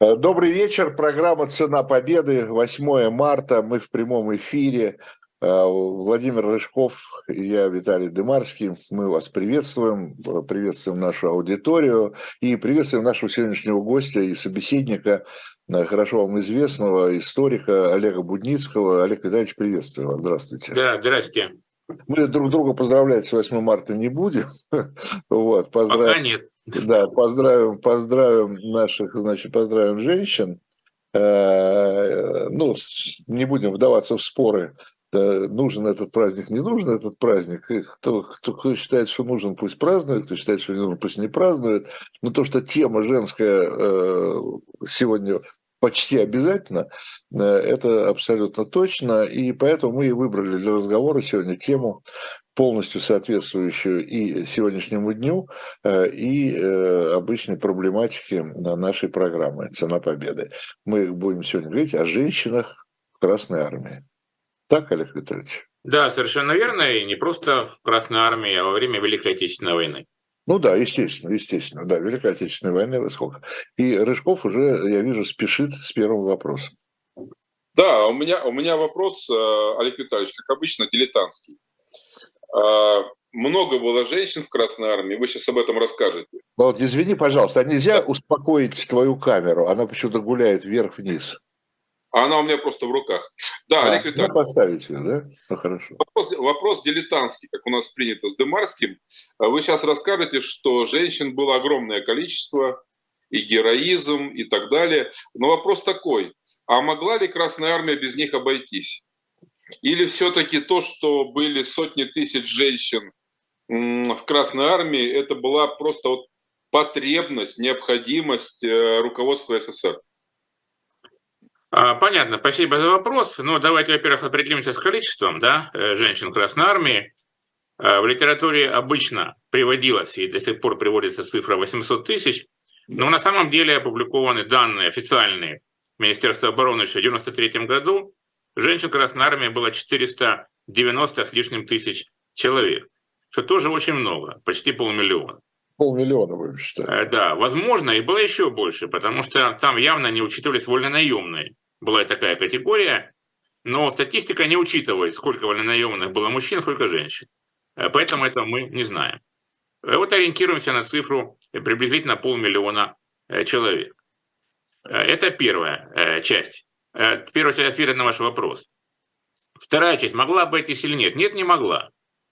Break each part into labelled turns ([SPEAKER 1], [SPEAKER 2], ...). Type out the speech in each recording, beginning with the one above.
[SPEAKER 1] Добрый вечер. Программа «Цена победы». 8 марта. Мы в прямом эфире. Владимир Рыжков и я, Виталий Дымарский. Мы вас приветствуем. Приветствуем нашу аудиторию. И приветствуем нашего сегодняшнего гостя и собеседника, хорошо вам известного историка Олега Будницкого. Олег Витальевич, приветствую вас. Здравствуйте.
[SPEAKER 2] Да, здрасте.
[SPEAKER 1] Мы друг друга поздравлять с 8 марта не будем. Вот,
[SPEAKER 2] Пока нет.
[SPEAKER 1] Да, поздравим наших, поздравим женщин. Ну, не будем вдаваться в споры, нужен этот праздник, не нужен этот праздник. И кто считает, что нужен, пусть празднует, кто считает, что не нужен, пусть не празднует. Но то, что тема женская сегодня почти обязательно, это абсолютно точно. И поэтому мы и выбрали для разговора сегодня тему, полностью соответствующую и сегодняшнему дню, и обычной проблематике нашей программы «Цена победы». Мы будем сегодня говорить о женщинах в Красной армии. Так, Олег Витальевич?
[SPEAKER 2] Да, совершенно верно. И не просто в Красной армии, а во время Великой Отечественной войны.
[SPEAKER 1] Ну да, естественно, да, Великой Отечественной войны во сколько. И Рыжков уже, я вижу, спешит с первым вопросом.
[SPEAKER 3] Да, у меня вопрос, Олег Витальевич, как обычно, дилетантский. Много было женщин в Красной армии, вы сейчас об этом расскажете.
[SPEAKER 1] Вот, извини, пожалуйста, а нельзя успокоить твою камеру? Она почему-то гуляет вверх-вниз.
[SPEAKER 3] А она у меня просто в руках. Да, Олег Витальевич.
[SPEAKER 1] Ну, поставить ее, да? Ну, хорошо.
[SPEAKER 3] Вопрос дилетантский, как у нас принято с Дымарским. Вы сейчас расскажете, что женщин было огромное количество, и героизм, и так далее. Но вопрос такой, а могла ли Красная армия без них обойтись? Или все-таки то, что были сотни тысяч женщин в Красной армии, это была просто вот потребность, необходимость руководства СССР?
[SPEAKER 2] Понятно, спасибо за вопрос. Ну, давайте, во-первых, определимся с количеством, да, женщин в Красной армии. В литературе обычно приводилась и до сих пор приводится цифра 800 тысяч, но на самом деле опубликованы данные официальные Министерства обороны еще в 1993 году. Женщин в Красной армии было 490 с лишним тысяч человек, что тоже очень много, почти 500 000.
[SPEAKER 1] 500 000, вы считаете?
[SPEAKER 2] Да, возможно, и было еще больше, потому что там явно не учитывались вольнонаемные. Была такая категория, но статистика не учитывает, сколько вольнонаемных было мужчин, сколько женщин. Поэтому этого мы не знаем. Вот ориентируемся на цифру приблизительно 500 000 человек. Это первая часть. Первая часть ответа на ваш вопрос. Вторая часть. Могла обойтись или нет? Нет, не могла.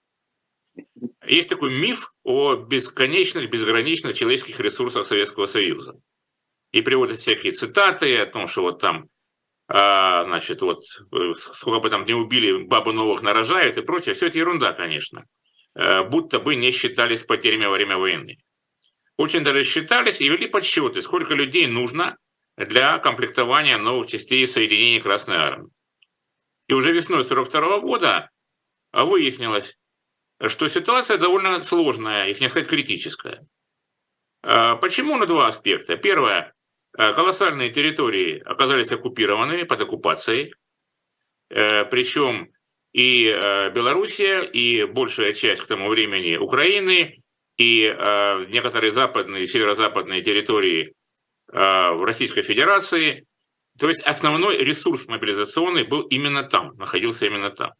[SPEAKER 2] Есть такой миф о бесконечных, безграничных человеческих ресурсах Советского Союза. И приводят всякие цитаты о том, что вот там, значит, вот сколько бы там не убили, бабу новых нарожают и прочее. Все это ерунда, конечно. Будто бы не считались потерями во время войны. Очень даже считались и вели подсчеты, сколько людей нужно для комплектования новых частей соединений Красной армии. И уже весной 1942 года выяснилось, что ситуация довольно сложная, если не сказать критическая. Почему? На два аспекта. Первое. Колоссальные территории оказались оккупированы, под оккупацией. Причем и Белоруссия, и большая часть к тому времени Украины, и некоторые западные, северо-западные территории в Российской Федерации. То есть основной ресурс мобилизационный был именно там, находился именно там.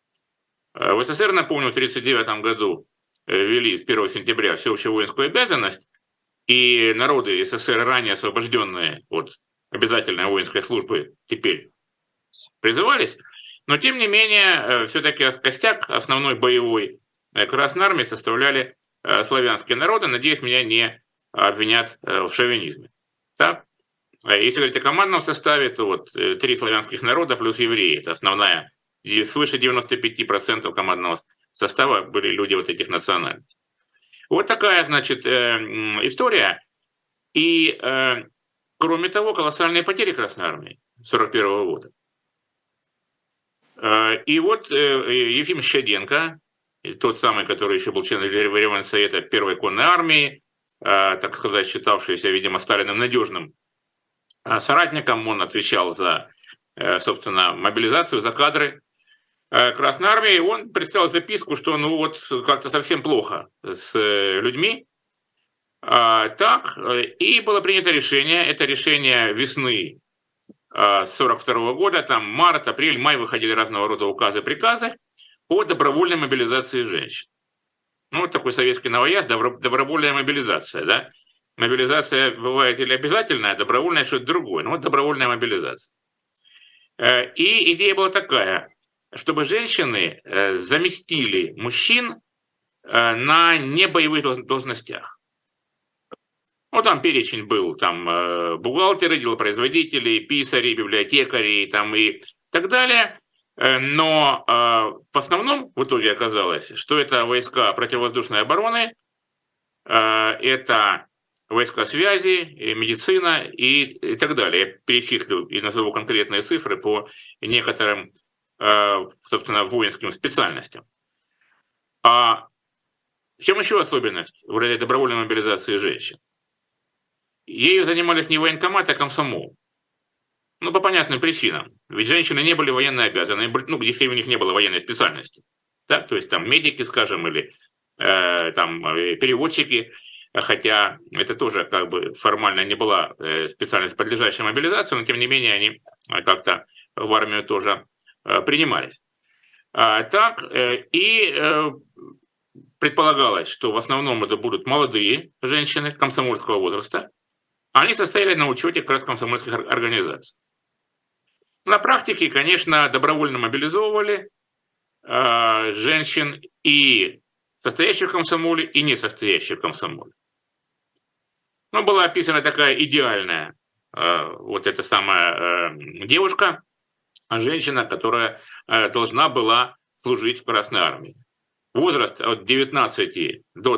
[SPEAKER 2] В СССР, напомню, в 1939 году ввели с 1 сентября всеобщую воинскую обязанность, и народы СССР, ранее освобожденные от обязательной воинской службы, теперь призывались. Но, тем не менее, все-таки костяк основной боевой Красной армии составляли славянские народы. Надеюсь, меня не обвинят в шовинизме. Так? Если говорить о командном составе, то вот 3 славянских народа плюс евреи. Это основная. Свыше 95% командного состава были люди вот этих национальностей. Вот такая, значит, история. И, кроме того, колоссальные потери Красной армии 1941 года. И вот Ефим Щаденко, тот самый, который еще был членом Реввоенсовета первой конной армии, так сказать, считавшийся, видимо, Сталиным надежным соратником, он отвечал за, собственно, мобилизацию, за кадры Красной армии. Он представил записку, что ну вот как-то совсем плохо с людьми, Так, и было принято решение, это решение весны 1942 года, там март, апрель, май выходили разного рода указы, приказы о добровольной мобилизации женщин. Ну, вот такой советский новояз, добровольная мобилизация, да. Мобилизация бывает или обязательная, добровольная что-то другое. Ну, вот добровольная мобилизация. И идея была такая, чтобы женщины заместили мужчин на небоевых должностях. Ну, там перечень был, там бухгалтеры, делопроизводители, писари, библиотекари там, и так далее. Но в основном в итоге оказалось, что это войска противовоздушной обороны, это войска связи, медицина и так далее. Я перечислю и назову конкретные цифры по некоторым, собственно, воинским специальностям. А в чем еще особенность в этой добровольной мобилизации женщин? Ею занимались не военкоматы, а комсомол. Ну, по понятным причинам. Ведь женщины не были военно обязаны, ну, если у них не было военной специальности. Так? То есть там медики, скажем, или там переводчики, хотя это тоже как бы формально не была специальность, подлежащая мобилизации, но тем не менее они как-то в армию тоже принимались. Так, и предполагалось, что в основном это будут молодые женщины комсомольского возраста. Они состояли на учете как раз комсомольских организаций. На практике, конечно, добровольно мобилизовывали женщин и состоящих в комсомоле, и не состоящих в комсомоле. Но была описана такая идеальная вот эта самая девушка, женщина, которая должна была служить в Красной армии. Возраст от 19 до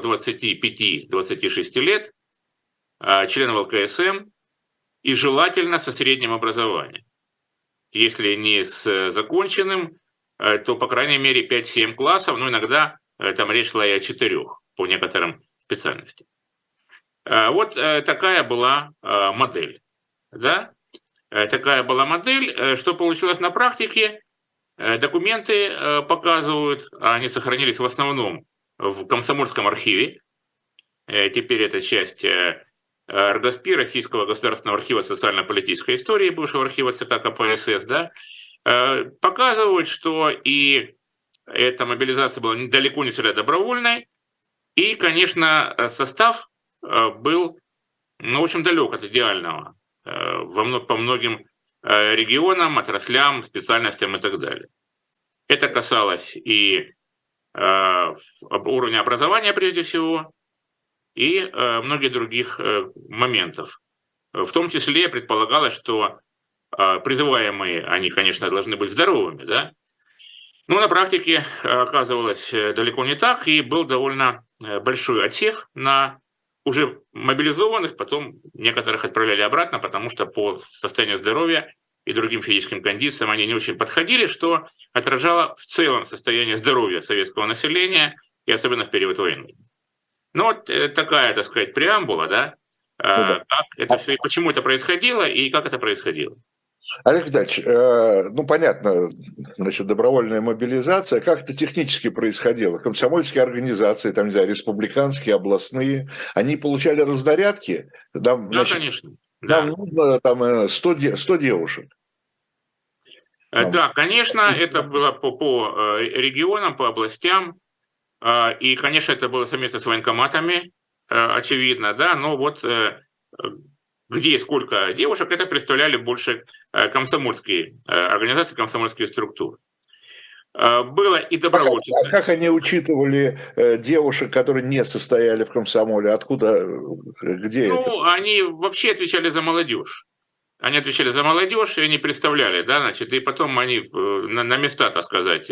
[SPEAKER 2] 25-26 лет, член ВЛКСМ и желательно со средним образованием. Если не с законченным, то, по крайней мере, 5-7 классов, но иногда там речь шла и о 4 по некоторым специальностям. Вот такая была модель. Да? Такая была модель. Что получилось на практике? Документы показывают, они сохранились в основном в Комсомольском архиве. Теперь это часть РГОСПИ, Российского государственного архива социально-политической истории, бывшего архива ЦК КПСС, да, показывают, что и эта мобилизация была далеко не всегда добровольной, и, конечно, состав был, ну, в общем, далек от идеального по многим регионам, отраслям, специальностям и так далее. Это касалось и уровня образования, прежде всего, и многих других моментов. В том числе предполагалось, что призываемые, они, конечно, должны быть здоровыми, да? Но на практике оказывалось далеко не так, и был довольно большой отсев на уже мобилизованных, потом некоторых отправляли обратно, потому что по состоянию здоровья и другим физическим кондициям они не очень подходили, что отражало в целом состояние здоровья советского населения, и особенно в период войны. Ну вот такая, так сказать, преамбула, да, как это все, и почему это происходило, и как это происходило.
[SPEAKER 1] Олег Витальевич, ну понятно, значит, добровольная мобилизация, как это технически происходило? Комсомольские организации, там, не знаю, республиканские, областные, они получали разнарядки? Там,
[SPEAKER 2] да, значит, конечно.
[SPEAKER 1] Нам нужно там 100 девушек.
[SPEAKER 2] Да, конечно, это было по регионам, по областям, и, конечно, это было совместно с военкоматами, очевидно, да, но вот где и сколько девушек, это представляли больше комсомольские организации, комсомольские структуры. Было и добровольчество.
[SPEAKER 1] Как они учитывали девушек, которые не состояли в комсомоле? Откуда, где это?
[SPEAKER 2] Ну, они вообще отвечали за молодежь. Они отвечали за молодежь, и они представляли, да, значит, и потом они на места, так сказать,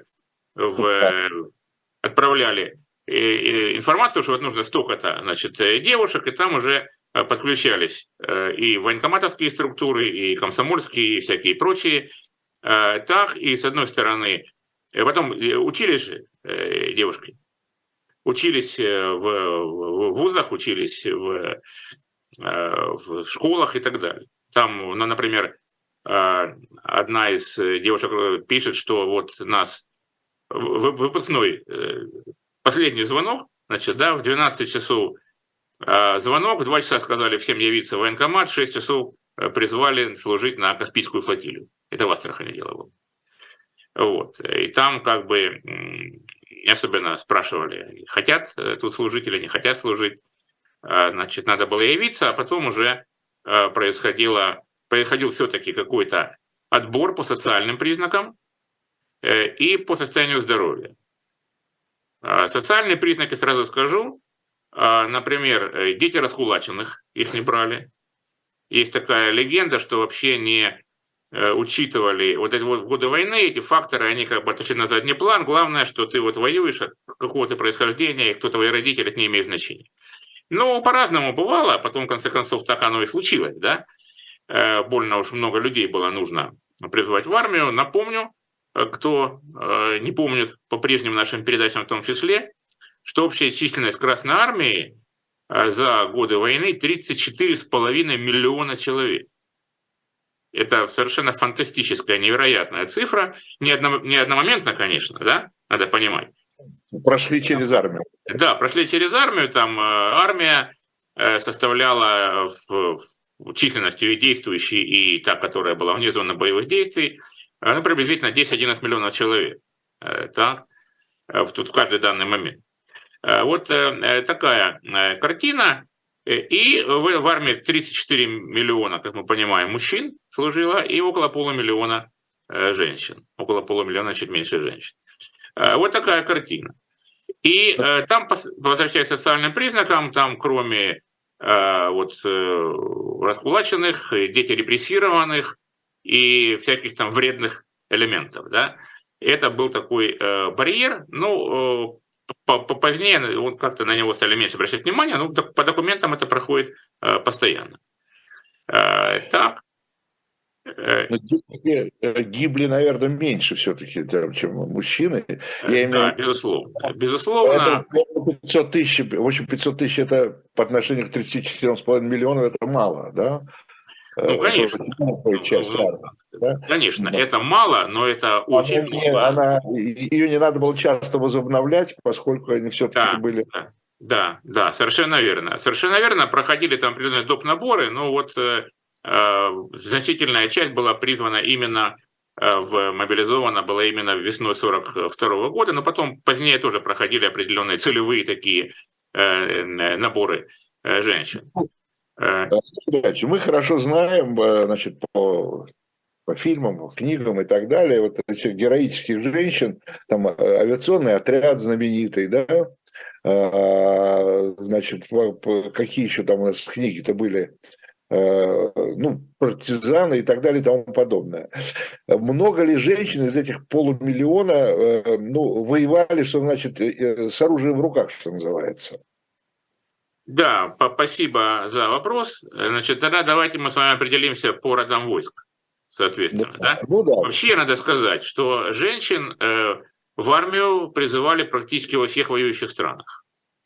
[SPEAKER 2] отправляли информацию, что вот нужно столько-то, значит, девушек, и там уже подключались и военкоматовские структуры, и комсомольские, и всякие прочие. Так, и с одной стороны, потом учились же девушки, учились в вузах, учились в школах и так далее. Там, ну, например, одна из девушек пишет, что вот нас выпускной последний звонок, значит, да, в 12 часов Звонок, 2 часа сказали всем явиться в военкомат, 6 часов призвали служить на Каспийскую флотилию. Это в Астрахани дело было. Вот. И там как бы не особенно спрашивали, хотят тут служить или не хотят служить. Значит, надо было явиться, а потом уже происходил все-таки какой-то отбор по социальным признакам и по состоянию здоровья. Социальные признаки, сразу скажу, например, дети раскулаченных, их не брали. Есть такая легенда, что вообще не учитывали вот эти вот в годы войны, эти факторы, они как бы отошли на задний план. Главное, что ты вот воюешь от какого-то происхождения, и кто твои родители, это не имеет значения. Ну, по-разному бывало, а потом, в конце концов, так оно и случилось, да. Больно уж много людей было нужно призвать в армию. Напомню, кто не помнит по прежним нашим передачам в том числе, что общая численность Красной Армии за годы войны 34,5 миллиона человек. Это совершенно фантастическая, невероятная цифра. Не одномоментно, конечно, да, надо понимать.
[SPEAKER 1] Прошли через армию.
[SPEAKER 2] Да, прошли через армию. Там армия составляла в численностью и действующей, и та, которая была вне зоны боевых действий, приблизительно 10-11 миллионов человек. Так, тут в каждый данный момент. Вот такая картина. И в армии 34 миллиона, как мы понимаем, мужчин служило, и около полумиллиона женщин. Около полумиллиона, чуть меньше женщин. Вот такая картина. И там, возвращаясь к социальным признакам, там кроме раскулаченных, дети репрессированных и всяких там вредных элементов, да, это был такой барьер. Ну, позднее как-то на него стали меньше обращать внимание, но по документам это проходит постоянно. Так.
[SPEAKER 1] Но девушки гибли, наверное, меньше все-таки, чем мужчины.
[SPEAKER 2] Да, безусловно. Безусловно.
[SPEAKER 1] 500 тысяч, в общем, 500 тысяч это по отношению к 34,5 миллионов, это мало, да?
[SPEAKER 2] Ну, конечно.
[SPEAKER 1] Часть армии, да?
[SPEAKER 2] Конечно, да. Это мало, но это очень много.
[SPEAKER 1] Ее не надо было часто возобновлять, поскольку они все-таки были...
[SPEAKER 2] Да, совершенно верно. Совершенно верно. Проходили там определенные доп. Наборы, но вот значительная часть была призвана именно мобилизована была именно весной 1942 года, но потом позднее тоже проходили определенные целевые такие наборы женщин.
[SPEAKER 1] Мы хорошо знаем, значит, по фильмам, книгам и так далее, вот этих героических женщин, там авиационный отряд знаменитый, да, значит, какие еще там у нас книги-то были, партизаны и так далее и тому подобное. Много ли женщин из этих полумиллиона воевали, что значит, с оружием в руках, что называется?
[SPEAKER 2] Да, спасибо за вопрос. Значит, тогда давайте мы с вами определимся по родам войск, соответственно. Да? Да? Вообще надо сказать, что женщин в армию призывали практически во всех воюющих странах.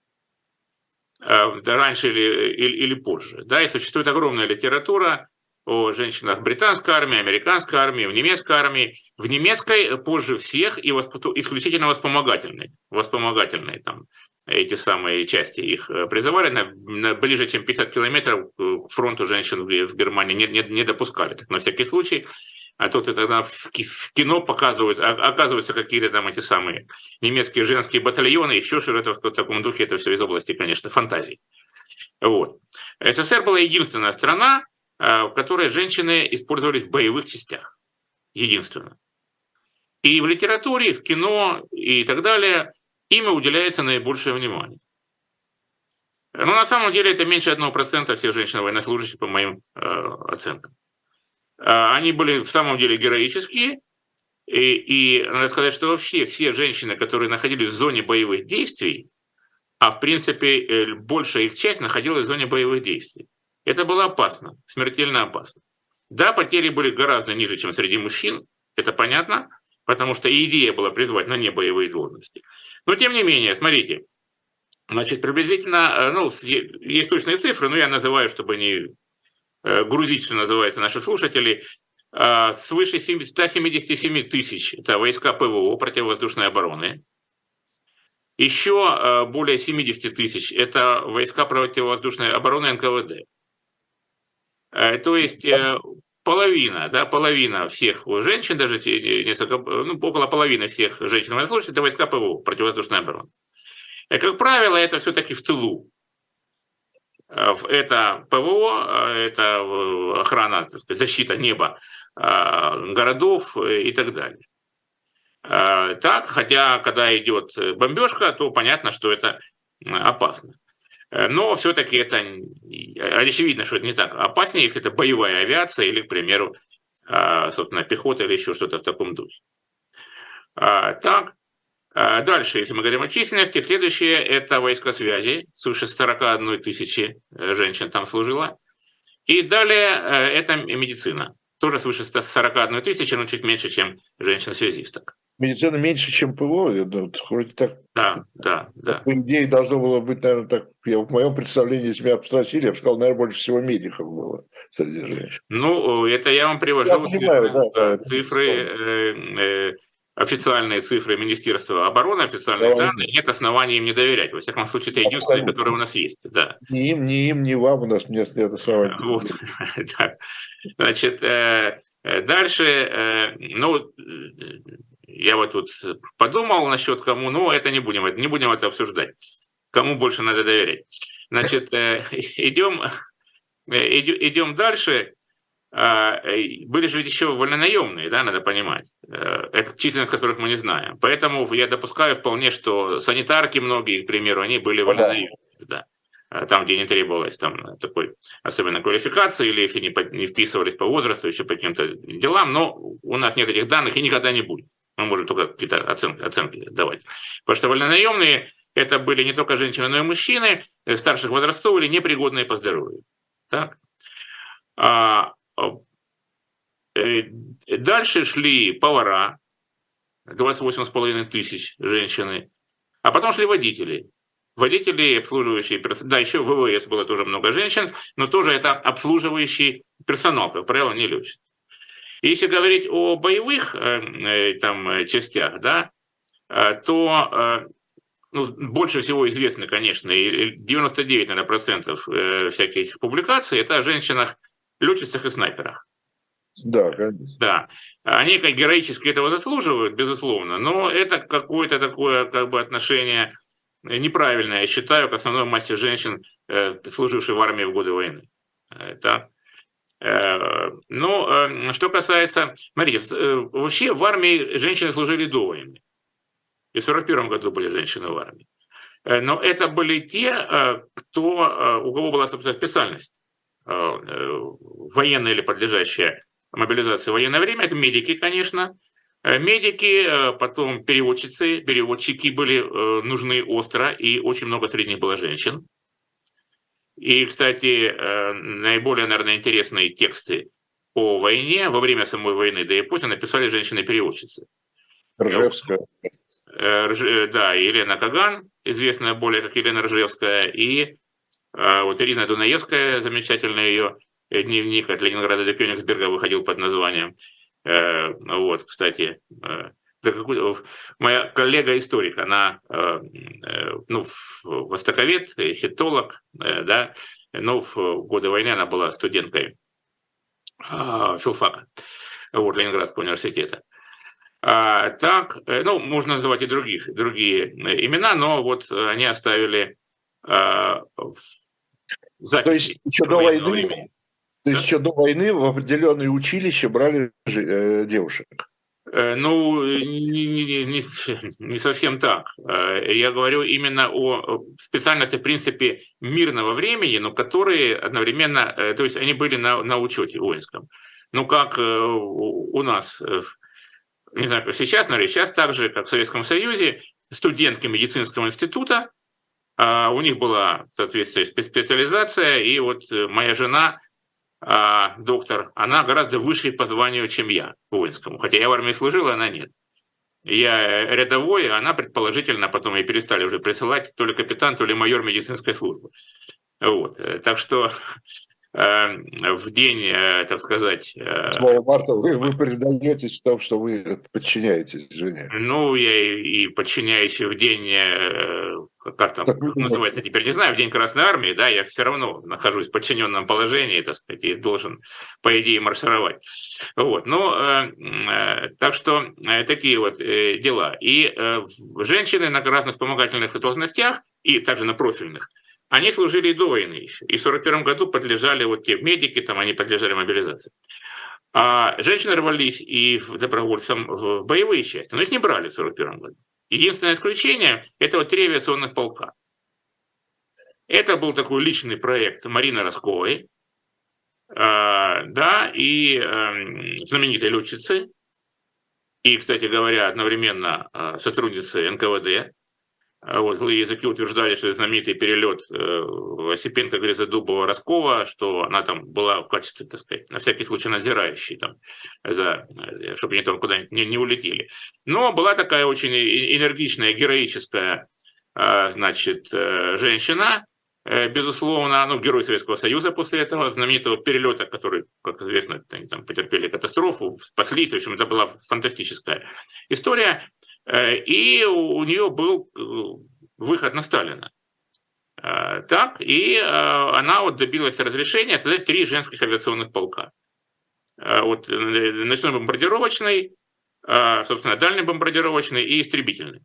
[SPEAKER 2] Раньше или позже. Да, и существует огромная литература о женщинах в британской армии, американской армии, в немецкой армии. В немецкой позже всех и исключительно воспомогательные там эти самые части их призывали. На ближе, чем 50 километров к фронту женщин в Германии не допускали. Так, на всякий случай. А тут и тогда в кино показывают, оказываются какие-то там эти самые немецкие женские батальоны, еще что-то в таком духе, это все из области, конечно, фантазий. Вот. СССР была единственная страна, в которой женщины использовались в боевых частях. Единственная. И в литературе, в кино и так далее им уделяется наибольшее внимание. Но на самом деле это меньше 1% всех женщин-военнослужащих, по моим оценкам. Они были в самом деле героические, и надо сказать, что вообще все женщины, которые находились в зоне боевых действий, а в принципе большая их часть находилась в зоне боевых действий, это было опасно, смертельно опасно. Да, потери были гораздо ниже, чем среди мужчин, это понятно, потому что идея была призвать на небоевые должности. Но тем не менее, смотрите, значит, приблизительно, есть точные цифры, но я называю, чтобы не грузить, что называется, наших слушателей, свыше 177 тысяч, это войска ПВО, противовоздушной обороны, Еще более 70 тысяч – это войска противовоздушной обороны НКВД. То есть половина всех женщин, даже несколько, около половины всех женщин военнослужащих – это войска ПВО, противовоздушной обороны. Как правило, это все-таки в тылу. Это ПВО, это охрана, так сказать, защита неба, городов и так далее. Так, хотя, когда идет бомбежка, то понятно, что это опасно. Но все-таки это очевидно, что это не так опаснее, если это боевая авиация или, к примеру, собственно, пехота или еще что-то в таком духе. Так, дальше, если мы говорим о численности, следующее – это войска связи, свыше 41 тысячи женщин там служило. И далее это медицина, тоже свыше 41 тысячи, но чуть меньше, чем женщин-связисток.
[SPEAKER 1] Медицина меньше, чем ПВО, вроде так.
[SPEAKER 2] Да.
[SPEAKER 1] По идее, должно было быть, наверное, так. В моем представлении, если меня спросили, я бы сказал, наверное, больше всего медиков было среди женщин.
[SPEAKER 2] Ну, это я вам привожу цифры, официальные цифры Министерства обороны, официальные данные. Нет оснований им не доверять. Во всяком случае, это единственное, которое у нас есть. Да.
[SPEAKER 1] Ни им, ни вам у нас нет оснований.
[SPEAKER 2] Вот. Значит, дальше, я вот тут подумал насчет кому, но это не будем это обсуждать. Кому больше надо доверять. Значит, идем дальше. Были же ведь еще вольнонаемные, да, надо понимать, это численность которых мы не знаем. Поэтому я допускаю вполне, что санитарки многие, к примеру, они были вольнонаемные. Да. Там, где не требовалось там, такой особенной квалификации, или если не вписывались по возрасту, еще по каким-то делам, но у нас нет этих данных и никогда не будет. Мы можем только какие-то оценки давать. Потому что вольнонаемные – это были не только женщины, но и мужчины старших возрастов или непригодные по здоровью. Так? Дальше шли повара, 28,5 тысяч женщины, а потом шли водители. Водители, обслуживающие персонал, да, еще в ВВС было тоже много женщин, но тоже это обслуживающий персонал, как правило, не летчики. Если говорить о боевых там, частях, да, то больше всего известны, конечно, и 99%, наверное, всяких публикаций – это о женщинах, летчицах и снайперах.
[SPEAKER 1] Да, конечно.
[SPEAKER 2] Да. Они как героически этого заслуживают, безусловно, но это какое-то такое как бы отношение неправильное, я считаю, к основной массе женщин, служивших в армии в годы войны. Так. Но что касается... Смотрите, вообще в армии женщины служили до войны. И в 1941 году были женщины в армии. Но это были те, у кого была специальность военная или подлежащая мобилизации в военное время. Это медики, конечно. Медики, потом переводчики были нужны остро, и очень много среди них было женщин. И, кстати, наиболее, наверное, интересные тексты о войне, во время самой войны, да и после, написали женщины-переводчицы.
[SPEAKER 1] Ржевская.
[SPEAKER 2] Да, Елена Каган, известная более как Елена Ржевская, и вот Ирина Дунаевская, замечательный ее дневник от Ленинграда до Кёнигсберга выходил под названием. Вот, кстати, моя коллега-историк, она востоковед, хитолог, да, но в годы войны она была студенткой филфака, вот, Ленинградского университета. Так, можно называть и другие имена, но вот они оставили записи.
[SPEAKER 1] То есть еще до войны? То есть еще до войны в определенные училища брали девушек?
[SPEAKER 2] Не совсем так. Я говорю именно о специальности, в принципе, мирного времени, но которые одновременно, то есть они были на учете воинском. Ну, как у нас, не знаю, как сейчас, наверное, сейчас так же, как в Советском Союзе, студентки медицинского института, у них была, соответственно, специализация, и вот моя жена, доктор, она гораздо выше по званию, чем я, воинскому. Хотя я в армии служил, она нет. Я рядовой, а она, предположительно, потом ей перестали уже присылать то ли капитан, то ли майор медицинской службы. Вот. Так что в день, так сказать...
[SPEAKER 1] 8 марта вы признаетесь в том, что вы подчиняетесь жене.
[SPEAKER 2] Ну, я и подчиняюсь в день, как там называется теперь, не знаю, в день Красной Армии, да, я все равно нахожусь в подчиненном положении, так сказать, и должен, по идее, маршировать. Вот, ну, так что такие вот дела. И женщины на разных вспомогательных должностях, и также на профильных, они служили и до войны еще. И в 1941 году подлежали, вот те медики, там, они подлежали мобилизации. А женщины рвались и добровольцам в боевые части, но их не брали в 1941 году. Единственное исключение – это вот 3 авиационных полка. Это был такой личный проект Марины Росковой, да, и знаменитой летчицы, и, кстати говоря, одновременно сотрудницы НКВД. Вот, злые языки утверждали, что это знаменитый перелет Осипенко, Грязодубова, Роскова, что она там была в качестве, так сказать, на всякий случай надзирающей, там, чтобы они там куда-нибудь не улетели. Но была такая очень энергичная, героическая, значит, женщина, безусловно, ну, герой Советского Союза после этого, знаменитого перелета, который, как известно, они там потерпели катастрофу, спаслись, в общем, это была фантастическая история. И у нее был выход на Сталина. Так, и она вот добилась разрешения создать 3 женских авиационных полка. Вот ночной бомбардировочный, собственно, дальний бомбардировочный и истребительный.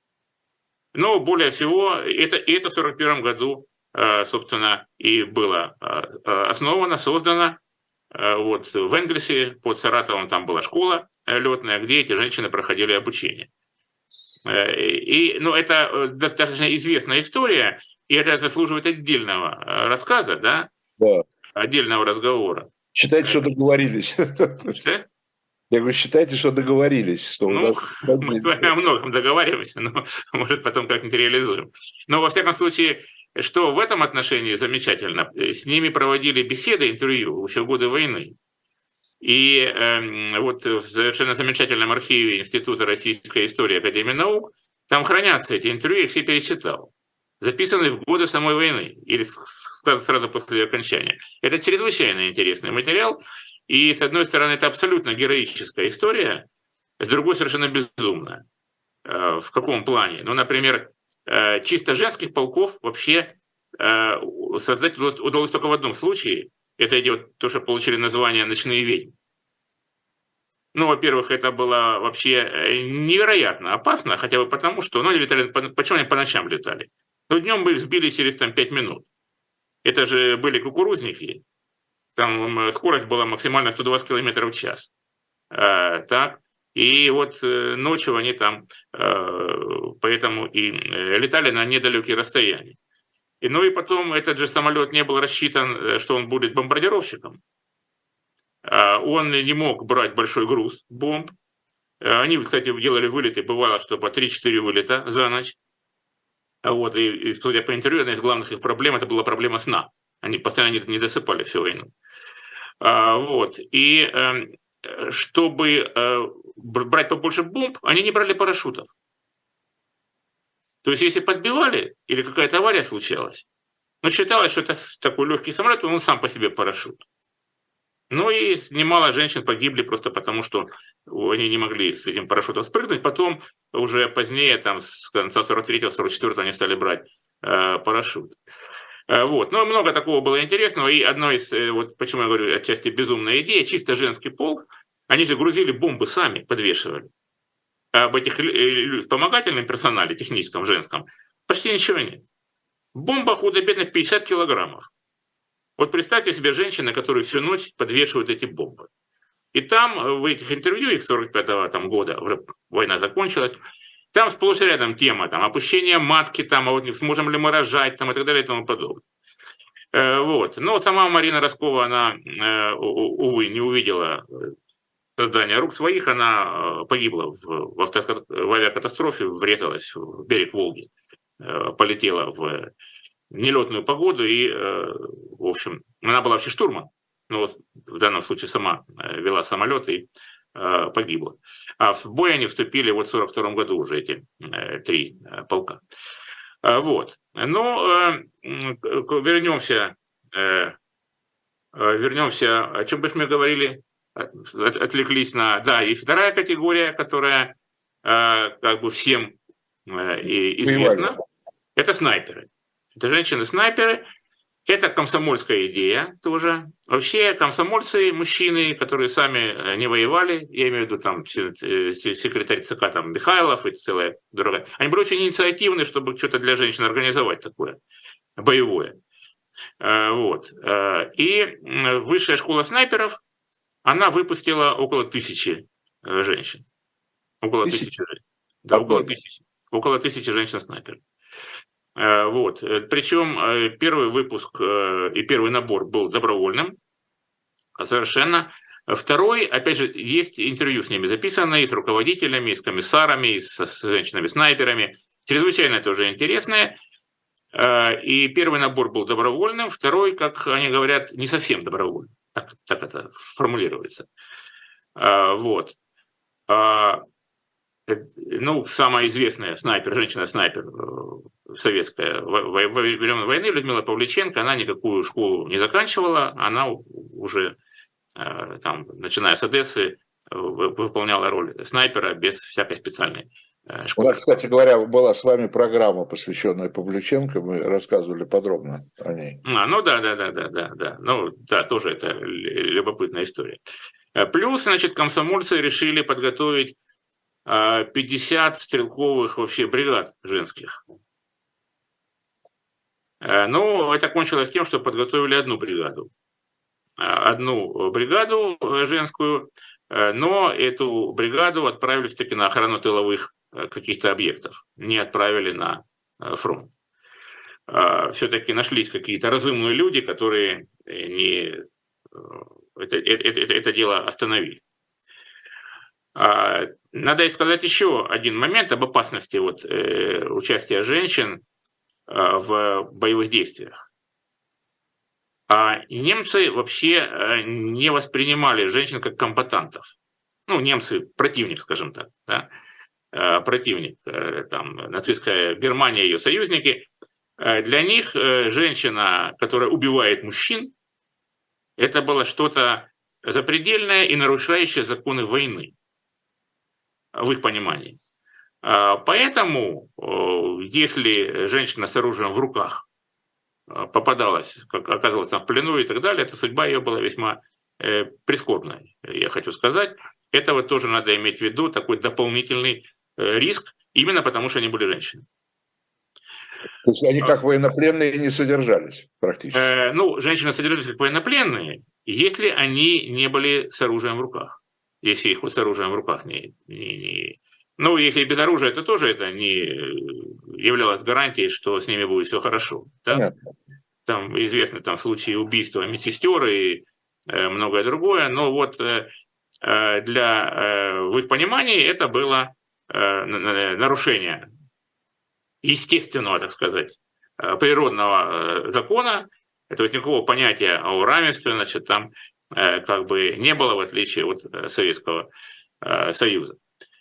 [SPEAKER 2] Но более всего, это в 1941 году, собственно, и было основано, создано. Вот в Энгельсе под Саратовом там была школа летная, где эти женщины проходили обучение. И, ну, это достаточно известная история, и это заслуживает отдельного рассказа, да?
[SPEAKER 1] Да.
[SPEAKER 2] Отдельного разговора.
[SPEAKER 1] Считайте, что договорились.
[SPEAKER 2] Что?
[SPEAKER 1] Я говорю, считайте, что договорились. Что
[SPEAKER 2] ну, мы с вами о многом договариваемся, но, может, потом как-нибудь реализуем. Но, во всяком случае, что в этом отношении замечательно, с ними проводили беседы, интервью еще в годы войны. И вот в совершенно замечательном архиве Института российской истории Академии наук там хранятся эти интервью, я их все перечитал, записанные в годы самой войны или сразу после ее окончания. Это чрезвычайно интересный материал, и с одной стороны это абсолютно героическая история, с другой совершенно безумная. В каком плане? Ну, например, чисто женских полков вообще создать удалось только в одном случае. Это идет то, что получили название «Ночные ведьмы». Ну, во-первых, это было вообще невероятно опасно, хотя бы потому, что они летали, почему они по ночам летали? Ну, днем бы их сбили через 5 минут. Это же были кукурузники. Там скорость была максимально 120 км в час. Так. И вот ночью они там поэтому и летали на недалекие расстояния. Ну и потом этот же самолет не был рассчитан, что он будет бомбардировщиком. Он не мог брать большой груз бомб. Они, кстати, делали вылеты, бывало, что по 3-4 вылета за ночь. Вот, и судя по интервью, одна из главных их проблем, это была проблема сна. Они постоянно не досыпали всю войну. Вот, и чтобы брать побольше бомб, они не брали парашютов. То есть, если подбивали или какая-то авария случалась, но считалось, что это такой легкий самолет, он сам по себе парашют. Ну и немало женщин погибли просто потому, что они не могли с этим парашютом спрыгнуть. Потом, уже позднее, там, с конца 43-го, 44-го, они стали брать парашют. Вот. Но много такого было интересного. И одно из, вот почему я говорю, отчасти безумная идея, чисто женский полк, они же грузили бомбы сами, подвешивали. А об этих вспомогательном персонале, техническом, женском, почти ничего нет. Бомба худо-бедно 50 килограммов. Вот представьте себе женщины, которые всю ночь подвешивают эти бомбы. И там в этих интервью, их 45-го года, уже война закончилась, там сплошь и рядом тема, там, опущение матки, там, а вот сможем ли мы рожать, там, и так далее, и тому подобное. Вот. Но сама Марина Роскова, она, увы, не увидела создания рук своих, она погибла в авиакатастрофе, врезалась в берег Волги, полетела в нелетную погоду, и, в общем, она была вообще штурман, но в данном случае сама вела самолет и погибла. А в бой они вступили вот в 1942 году уже, эти 3 полка. Вот. Но вернемся вернемся, о чем мы говорили, отвлеклись на... Да, и вторая категория, которая как бы всем известна, это снайперы. Это женщины-снайперы. Это комсомольская идея тоже. Вообще комсомольцы, мужчины, которые сами не воевали, я имею в виду там секретарь ЦК там, Михайлов и целая дорога, они были очень инициативны, чтобы что-то для женщин организовать такое боевое. Вот. И высшая школа снайперов, она выпустила около 1000 женщин. Около 1000 женщин. Да, около 1000. Около 1000 женщин-снайперов. Вот. Причем первый выпуск и первый набор был добровольным, совершенно. Второй, опять же, есть интервью с ними записанное, и с руководителями, и с комиссарами, и с женщинами-снайперами. Чрезвычайно тоже интересное. И первый набор был добровольным, второй, как они говорят, не совсем добровольным. Так это формулируется. Вот. Ну, самая известная снайпер, женщина-снайпер советская во времена войны, Людмила Павличенко, она никакую школу не заканчивала, она уже, там, начиная с Одессы, выполняла роль снайпера без всякой специальной школы.
[SPEAKER 1] У нас, кстати говоря, была с вами программа, посвященная Павличенко, мы рассказывали подробно о ней.
[SPEAKER 2] Ну да. Ну да, тоже это любопытная история. Плюс, значит, комсомольцы решили подготовить 50 стрелковых вообще бригад женских. Ну, это кончилось тем, что подготовили одну бригаду женскую, но эту бригаду отправили все-таки на охрану тыловых каких-то объектов, не отправили на фронт. Все-таки нашлись какие-то разумные люди, которые это дело остановили. Надо сказать еще один момент об опасности участия женщин в боевых действиях. Немцы вообще не воспринимали женщин как комбатантов. Ну, немцы, противник, скажем так, да? Противник, там, нацистская Германия и ее союзники. Для них женщина, которая убивает мужчин, это было что-то запредельное и нарушающее законы войны, в их понимании. Поэтому, если женщина с оружием в руках попадалась, оказалась там в плену и так далее, то судьба ее была весьма прискорбной, я хочу сказать. Это тоже надо иметь в виду, такой дополнительный риск, именно потому что они были женщины.
[SPEAKER 1] То есть они как военнопленные не содержались практически?
[SPEAKER 2] Ну, женщины содержались как военнопленные, если они не были с оружием в руках. Если их с оружием в руках Ну, если без оружия, то тоже это не являлось гарантией, что с ними будет все хорошо. Да? Там известны случаи убийства медсестер и многое другое, но вот в их понимании это было нарушение естественного, так сказать, природного закона, то есть никакого понятия о равенстве, значит, там как бы не было, в отличие от Советского Союза.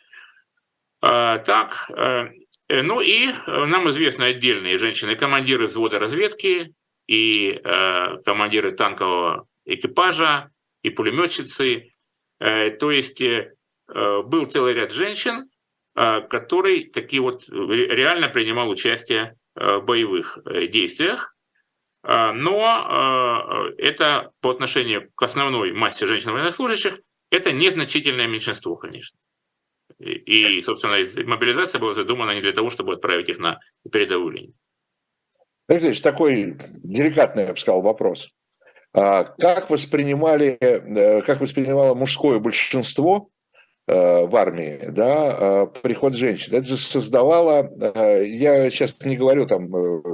[SPEAKER 2] Так, ну и нам известны отдельные женщины-командиры взвода разведки и командиры танкового экипажа и пулеметчицы. То есть был целый ряд женщин, который таки реально принимал участие в боевых действиях. Но это по отношению к основной массе женщин-военнослужащих это незначительное меньшинство, конечно. И, собственно, мобилизация была задумана не для того, чтобы отправить их на передовую линию.
[SPEAKER 1] Алексей, такой деликатный, я бы сказал, вопрос. Как воспринимало мужское большинство в армии, да, приход женщин? Это же создавало, я сейчас не говорю там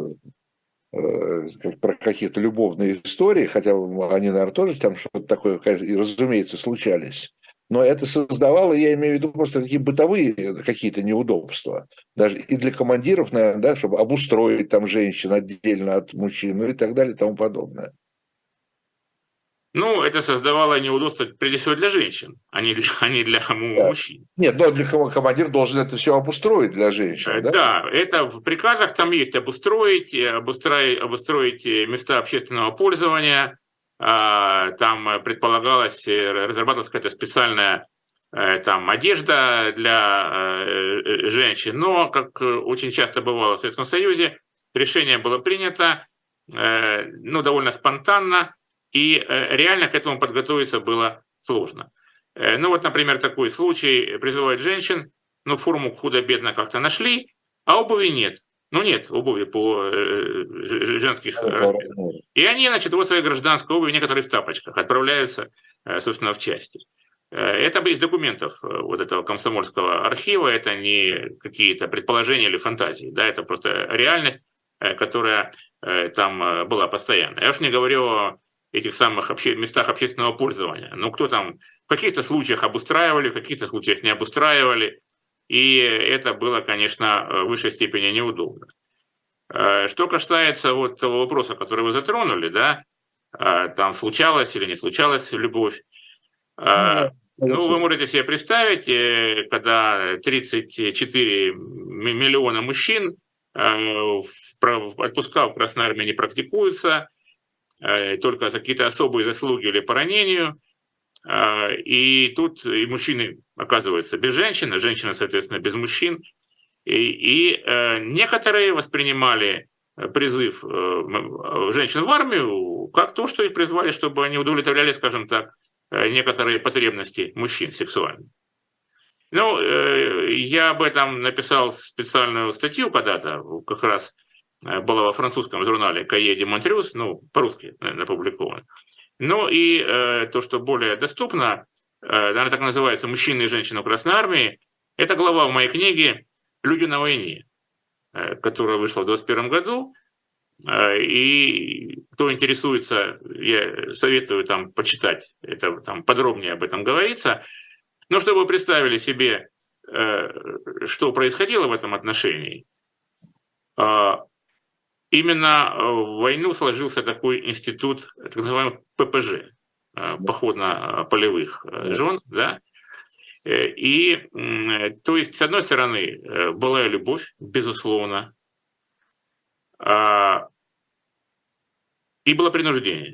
[SPEAKER 1] про какие-то любовные истории, хотя они, наверное, тоже там что-то такое, разумеется, случались. Но это создавало, я имею в виду, просто такие бытовые какие-то неудобства. Даже и для командиров, наверное, да, чтобы обустроить там женщин отдельно от мужчин, ну и так далее и тому подобное.
[SPEAKER 2] Ну, это создавало неудобства, прежде всего, для женщин, а не для мужчин.
[SPEAKER 1] Нет, но командир должен это все обустроить для женщин, да?
[SPEAKER 2] Да, это в приказах там есть обустроить места общественного пользования, там предполагалось, разрабатывалась какая-то специальная там одежда для женщин, но, как очень часто бывало в Советском Союзе, решение было принято, довольно спонтанно, и реально к этому подготовиться было сложно. Например, такой случай: призывают женщин, форму худо-бедно как-то нашли, а обуви нет. Нет обуви по женских размерах. И они, в своей гражданской обуви, некоторые в тапочках, отправляются, собственно, в части. Это из документов вот этого комсомольского архива, это не какие-то предположения или фантазии, да, это просто реальность, которая там была постоянно. Я уж не говорю о этих самых местах общественного пользования. Кто там в каких-то случаях обустраивали, в каких-то случаях не обустраивали, и это было, конечно, в высшей степени неудобно. Что касается того вопроса, который вы затронули, да, там случалась или не случалась любовь, вы можете себе представить, когда 34 миллиона мужчин отпуска в Красной Армии не практикуются, только за какие-то особые заслуги или по ранению, и тут и мужчины оказываются без женщин, а женщины, соответственно, без мужчин. И некоторые воспринимали призыв женщин в армию как то, что их призвали, чтобы они удовлетворяли, скажем так, некоторые потребности мужчин сексуальные. Я об этом написал специальную статью когда-то, как раз была во французском журнале «Cahiers de Montreuil», по-русски опубликовано. И то, что более доступно, она так называется «Мужчины и женщины в Красной Армии», это глава в моей книге «Люди на войне», которая вышла в 2021 году. И кто интересуется, я советую там почитать, это там подробнее об этом говорится. Но чтобы вы представили себе, что происходило в этом отношении, именно в войну сложился такой институт, так называемый ППЖ, походно-полевых жен, да. И, то есть, с одной стороны, была любовь, безусловно, и было принуждение.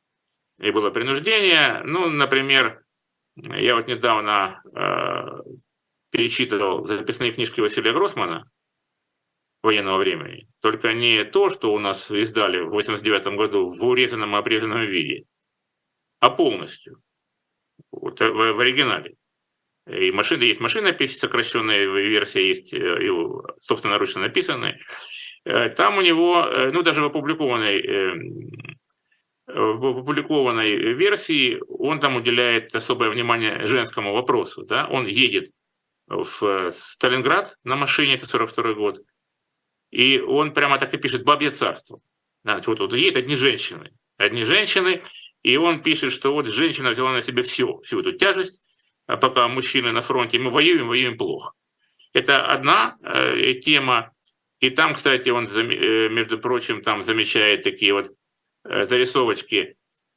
[SPEAKER 2] Например, я недавно перечитывал записные книжки Василия Гроссмана военного времени, только не то, что у нас издали в 1989 году в урезанном и обрезанном виде, а полностью, в оригинале. И есть машинопись, сокращенная версия, есть собственноручно написанная. Там у него, даже в опубликованной версии, он там уделяет особое внимание женскому вопросу. Да? Он едет в Сталинград на машине, это 1942 год, и он прямо так и пишет «Бабье царство». Вот едет одни женщины, и он пишет, что женщина взяла на себя всю эту тяжесть, а пока мужчины на фронте, мы воюем плохо. Это одна тема. И там, кстати, он, между прочим, там замечает такие зарисовочки,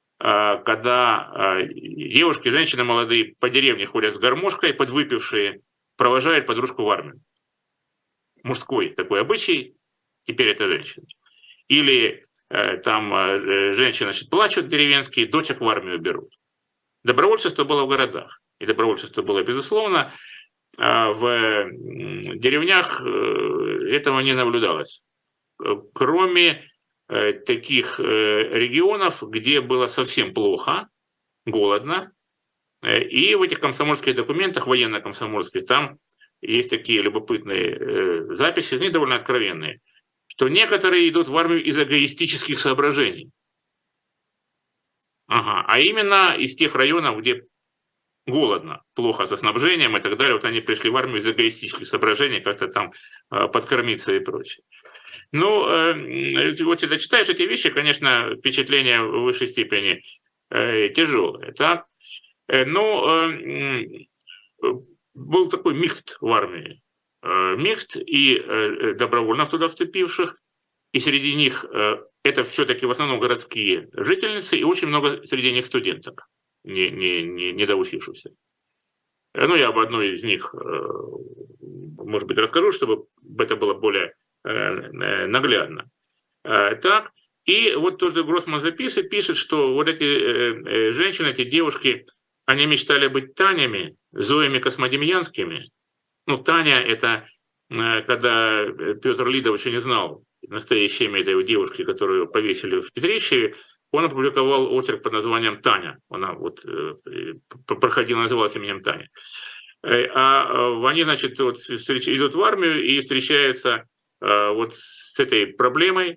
[SPEAKER 2] когда девушки, женщины молодые по деревне ходят с гармошкой, подвыпившие, провожают подружку в армию. Мужской такой обычай, теперь это женщины. Или там женщины, плачут деревенские, дочек в армию берут. Добровольчество было в городах. И добровольчество было, безусловно. В деревнях этого не наблюдалось. Кроме таких регионов, где было совсем плохо, голодно. И в этих комсомольских документах, военно-комсомольских, там есть такие любопытные записи, они довольно откровенные, что некоторые идут в армию из эгоистических соображений. А именно из тех районов, где голодно, плохо со снабжением и так далее. Они пришли в армию из эгоистических соображений, как-то там подкормиться и прочее. Когда читаешь эти вещи, конечно, впечатление в высшей степени тяжелое. Так? Был такой микс в армии. Микс и добровольно туда вступивших, и среди них это все-таки в основном городские жительницы, и очень много среди них студенток, не доучившихся. Я об одной из них, может быть, расскажу, чтобы это было более наглядно. Так, И вот тот же Гроссман пишет, что вот эти женщины, эти девушки, они мечтали быть Танями, Зоями Космодемьянскими. Ну, Таня – это когда Петр Лидов еще не знал настоящее имя этой девушки, которую повесили в Петрищеве, он опубликовал очерк под названием «Таня». Она вот проходила, называлась именем Таня. Они, значит, вот идут в армию и встречаются вот с этой проблемой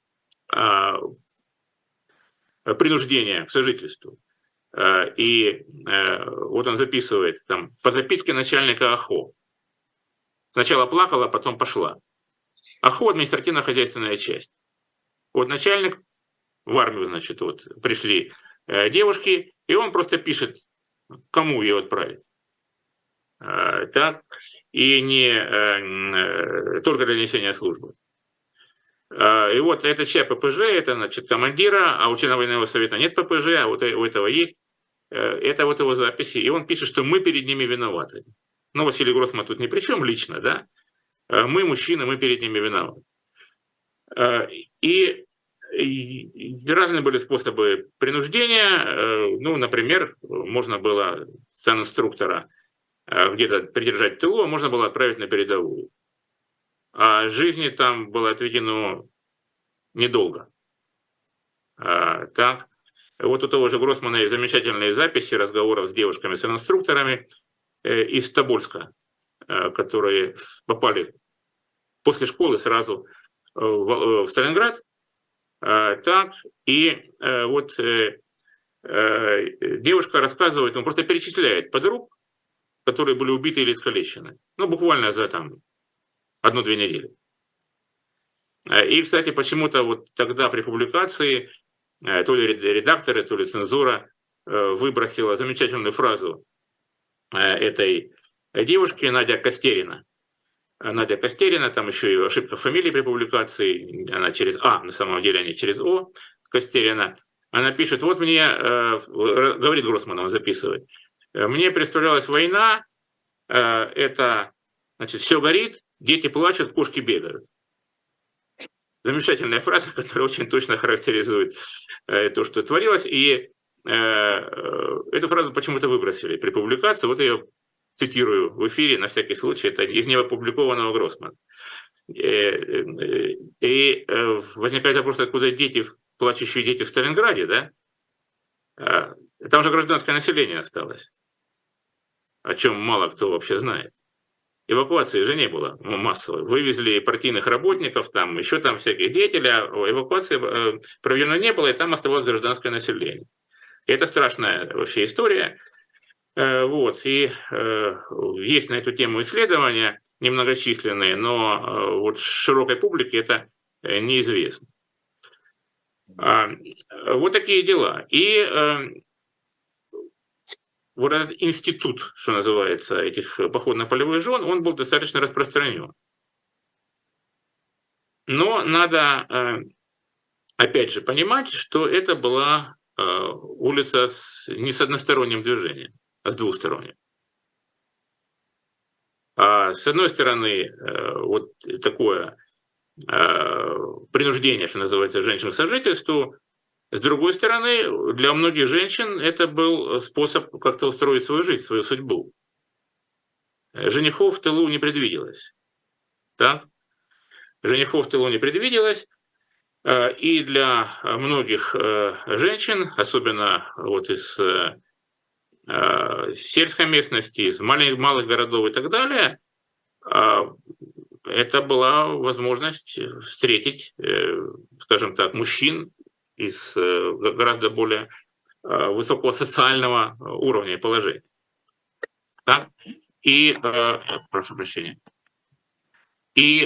[SPEAKER 2] принуждения к сожительству. И вот он записывает там по записке начальника АХО. Сначала плакала, потом пошла. АХО – административно-хозяйственная часть. Вот начальник в армию, значит, вот пришли девушки, и он просто пишет, кому ее отправить. Так, и не только для несения службы. И вот это часть ППЖ, это, значит, командира, а у члена военного совета нет ППЖ, а вот у этого есть. Это вот его записи, и он пишет, что мы перед ними виноваты. Но Василий Гроссман тут ни при чем лично, да? Мы, мужчины, мы перед ними виноваты. И разные были способы принуждения. Ну, например, можно было санинструктора где-то придержать в тылу, а можно было отправить на передовую. А жизни там было отведено недолго. Так. Вот у того же Гроссмана есть замечательные записи разговоров с девушками-санинструкторами из Тобольска, которые попали после школы сразу в Сталинград. Так, и вот девушка рассказывает, он просто перечисляет подруг, которые были убиты или искалечены. Ну, буквально за там 1-2 недели. И, кстати, почему-то вот тогда при публикации то ли редакторы, то ли цензура выбросила замечательную фразу этой девушки, Надя Костерина. Надя Костерина, там еще и ошибка фамилии при публикации, она через А, на самом деле, а не через О, Костерина. Она пишет, вот мне, говорит Гроссман, он записывает, мне представлялась война, это, значит, все горит, дети плачут, кошки бегают. Замечательная фраза, которая очень точно характеризует то, что творилось. И эту фразу почему-то выбросили при публикации. Вот я ее цитирую в эфире на всякий случай. Это из неопубликованного Гроссмана. И возникает вопрос, откуда дети, плачущие дети в Сталинграде, да? Там же гражданское население осталось, о чем мало кто вообще знает. Эвакуации же не было массовой. Вывезли партийных работников, там еще там всяких деятелей, а эвакуации проведено не было, и там оставалось гражданское население. И это страшная вообще история. Вот. И есть на эту тему исследования немногочисленные, но вот широкой публике это неизвестно. Вот такие дела. И вот этот институт, что называется, этих походно-полевых жен, он был достаточно распространен. Но надо, опять же, понимать, что это была улица не с односторонним движением, а с двусторонним. С одной стороны, вот такое принуждение, что называется, женщин к сожительству. С другой стороны, для многих женщин это был способ как-то устроить свою жизнь, свою судьбу. Женихов в тылу не предвиделось. Так? Женихов в тылу не предвиделось. И для многих женщин, особенно вот из сельской местности, из малых городов и так далее, это была возможность встретить, скажем так, мужчин из гораздо более высокого социального уровня и положения. Да? И, прошу прощения, и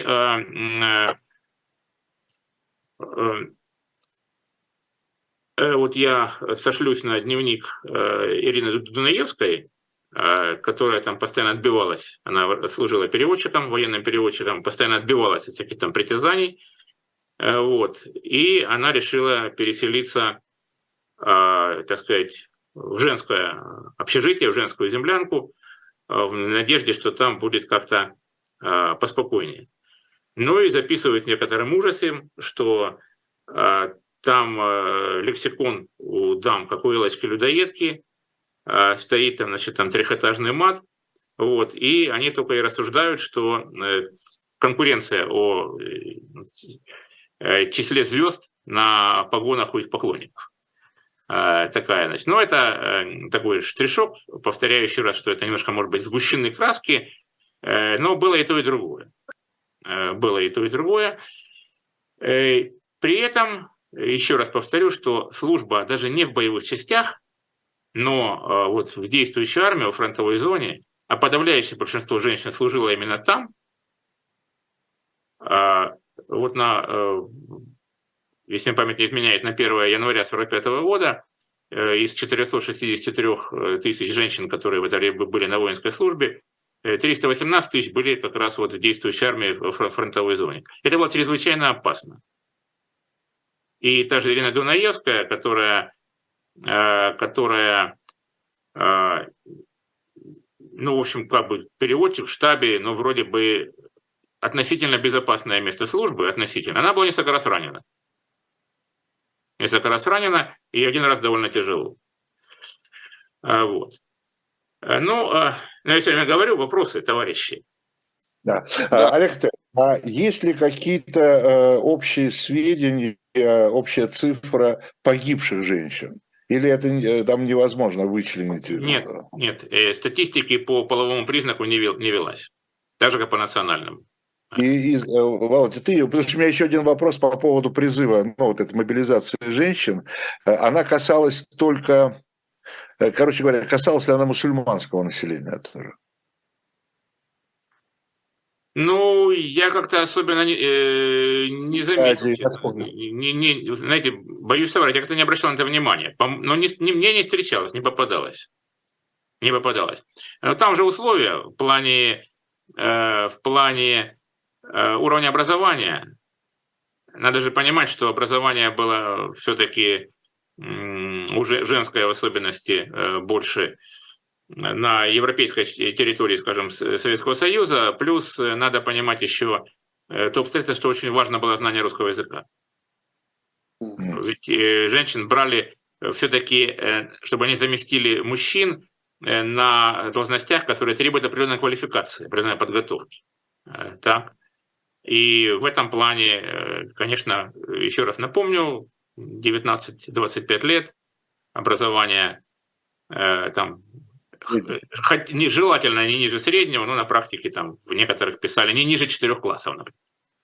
[SPEAKER 2] вот я сошлюсь на дневник Ирины Дунаевской, которая там постоянно отбивалась, она служила переводчиком, военным переводчиком, постоянно отбивалась от всяких там притязаний. Вот. И она решила переселиться, так сказать, в женское общежитие, в женскую землянку, в надежде, что там будет как-то поспокойнее. Ну и записывает в некотором ужасе, что там лексикон у дам, как у Элочки-людоедки, стоит там, значит, там трехэтажный мат, вот, и они только и рассуждают, что конкуренция о числе звезд на погонах у их поклонников. Такая, значит. Но это такой штришок, повторяю еще раз, что это немножко, может быть, сгущенные краски, но было и то, и другое. Было и то, и другое. При этом, еще раз повторю, что служба даже не в боевых частях, но вот в действующей армии, во фронтовой зоне, а подавляющее большинство женщин служило именно там, вот если мне память не изменяет, на 1 января 1945 года из 463 тысяч женщин, которые в это время были на воинской службе, 318 тысяч были как раз вот в действующей армии в фронтовой зоне. Это было чрезвычайно опасно. И та же Ирина Дунаевская, которая ну, в общем, как бы переводчик в штабе, но вроде бы относительно безопасное место службы, относительно, она была несколько раз ранена. Несколько раз ранена, и один раз довольно тяжело. Вот. Ну, я все время говорю, вопросы, товарищи.
[SPEAKER 1] Да. Олег, а есть ли какие-то общие сведения, общая цифра погибших женщин? Или это там невозможно вычленить?
[SPEAKER 2] Нет. Статистики по половому признаку не велась. Так же, как по национальному.
[SPEAKER 1] Володя, потому что у меня еще один вопрос по поводу призыва, ну, вот этой мобилизации женщин. Она касалась только, короче говоря, касалась ли она мусульманского населения тоже?
[SPEAKER 2] Ну, я как-то особенно не заметил. Знаете, боюсь соврать, я как-то не обращал на это внимания. Но мне не встречалось, не попадалось. Но там же условия в плане уровня образования. Надо же понимать, что образование было все-таки уже женское в особенности больше на европейской территории, скажем, Советского Союза. Плюс надо понимать еще то обстоятельство, что очень важно было знание русского языка. Ведь женщин брали все-таки, чтобы они заместили мужчин на должностях, которые требуют определенной квалификации, определенной подготовки. Так. И в этом плане, конечно, еще раз напомню, 19-25 лет, образование там желательно не ниже среднего, но на практике там в некоторых писали не ниже 4 классов, например.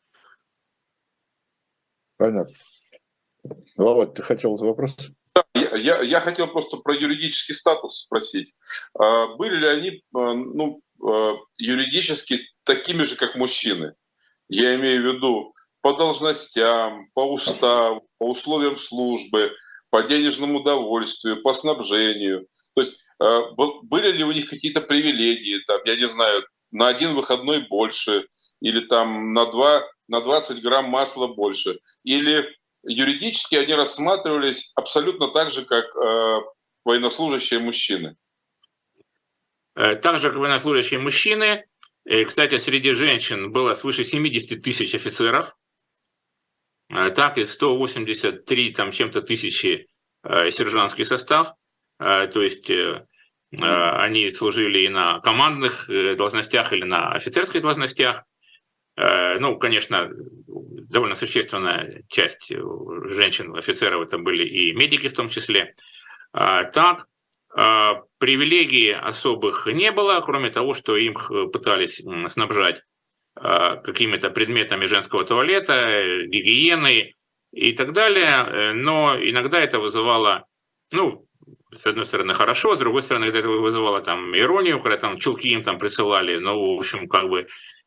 [SPEAKER 1] Понятно. Володь, ты хотел вопрос?
[SPEAKER 3] Да, я хотел просто про юридический статус спросить. Были ли они юридически такими же, как мужчины? Я имею в виду по должностям, по уставу, по условиям службы, по денежному удовольствию, по снабжению. То есть были ли у них какие-то привилегии, там, я не знаю, на 1 выходной больше, или там на 20 грамм масла больше, или юридически они рассматривались абсолютно так же, как военнослужащие мужчины?
[SPEAKER 2] Так же, как военнослужащие мужчины. Кстати, среди женщин было свыше 70 тысяч офицеров, так и 183 там чем-то тысячи сержантский состав, то есть они служили и на командных должностях или на офицерских должностях. Ну, конечно, довольно существенная часть женщин, офицеров, это были и медики в том числе. Так, привилегий особых не было, кроме того, что им пытались снабжать какими-то предметами женского туалета, гигиены и так далее. Но иногда это вызывало, ну, с одной стороны, хорошо, с другой стороны, это вызывало там иронию, когда там чулки им там присылали. Ну, в общем, как бы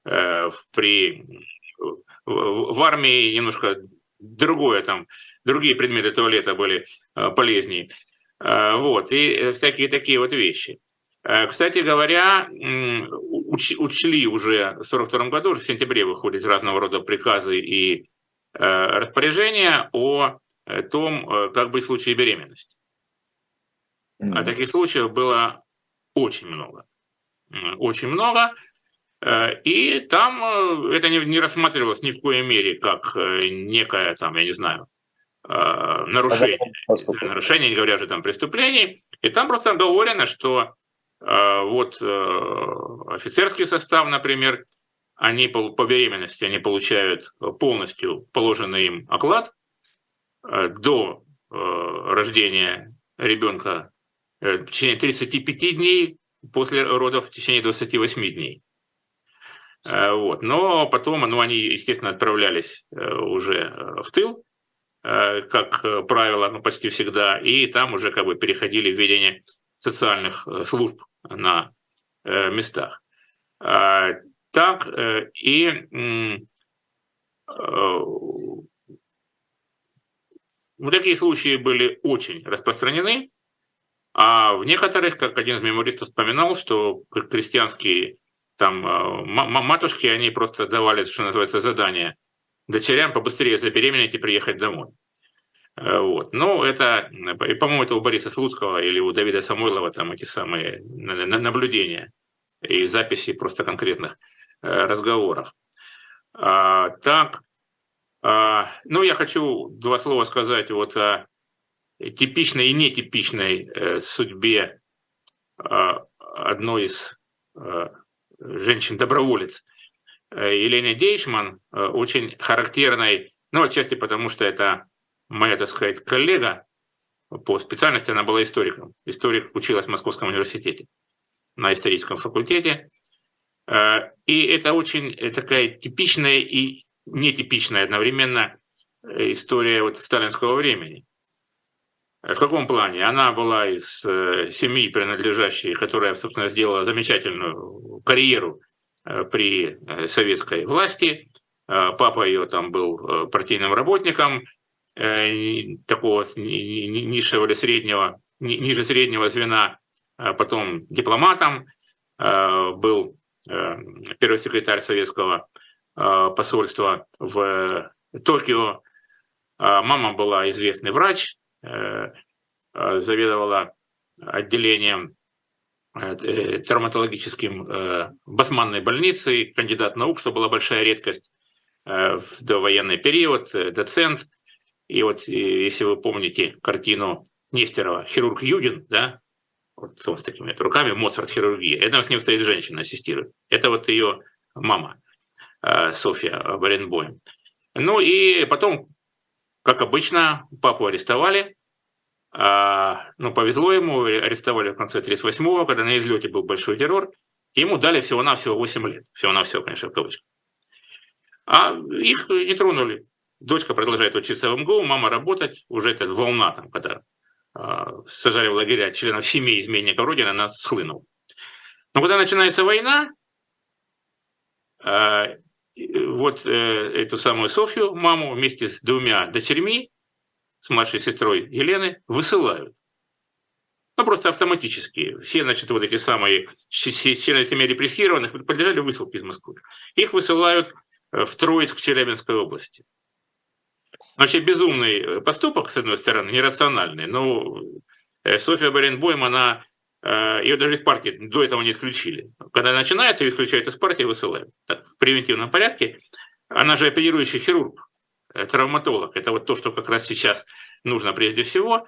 [SPEAKER 2] в армии немножко другие предметы туалета были полезнее. Вот, и всякие такие вот вещи. Кстати говоря, учли уже в 1942 году, уже в сентябре выходят разного рода приказы и распоряжения о том, как быть в случае беременности. А таких случаев было очень много. Очень много. И там это не рассматривалось ни в коей мере как некая, там, я не знаю, нарушений, не говоря же там преступлений. И там просто оговорено, что вот офицерский состав, например, они по беременности они получают полностью положенный им оклад до рождения ребенка в течение 35 дней, после родов в течение 28 дней. Вот. Но потом они, естественно, отправлялись уже в тыл, как правило, почти всегда, и там уже как бы переходили в ведение социальных служб на местах. Так и такие случаи были очень распространены, а в некоторых, как один из мемуаристов вспоминал, что крестьянские там матушки, они просто давали, что называется, задание дочерям побыстрее забеременеть и приехать домой. Вот. Ну, это, по-моему, это у Бориса Слуцкого или у Давида Самойлова там эти самые наблюдения и записи просто конкретных разговоров. Так, ну, я хочу два слова сказать вот о типичной и нетипичной судьбе одной из женщин-доброволец Елены Дейшман, очень характерной, ну, отчасти потому, что это моя, так сказать, коллега по специальности, она была историком. Историк, училась в Московском университете на историческом факультете. И это очень такая типичная и нетипичная одновременно история вот сталинского времени. В каком плане? Она была из семьи, принадлежащей, которая, собственно, сделала замечательную карьеру при советской власти. Папа ее там был партийным работником, такого низшего или среднего, ниже среднего звена, потом дипломатом, был первый секретарь советского посольства в Токио. Мама была известный врач, заведовала отделением травматологическим Басманной больницы, кандидат наук, что была большая редкость в довоенный период, доцент. И вот если вы помните картину Нестерова «Хирург Юдин», да, вот он с такими руками, Моцарт хирургия, рядом с ним стоит женщина, ассистирует. Это вот ее мама, Софья Баренбойм. Ну и потом, как обычно, папу арестовали. Ну, повезло ему, арестовали в конце 1938-го, когда на излете был большой террор. Ему дали всего-навсего 8 лет. Всего-навсего, конечно, в кавычках. А их не тронули. Дочка продолжает учиться в МГУ, мама работать. Уже эта волна, там, когда сажали в лагеря членов семей изменников Родины, она схлынула. Но когда начинается война, вот эту самую Софью, маму, вместе с 2 дочерьми, с младшей сестрой Елены, высылают. Ну, просто автоматически. Все, значит, вот эти самые члены семей репрессированных подлежали высылке из Москвы. Их высылают в Троицк Челябинской области. Вообще безумный поступок, с одной стороны, нерациональный. Но Софья Баренбойм, она, ее даже из партии до этого не исключили. Когда начинается, ее исключают из партии и высылают. Так, в превентивном порядке. Она же оперирующий хирург, травматолог. Это вот то, что как раз сейчас нужно прежде всего.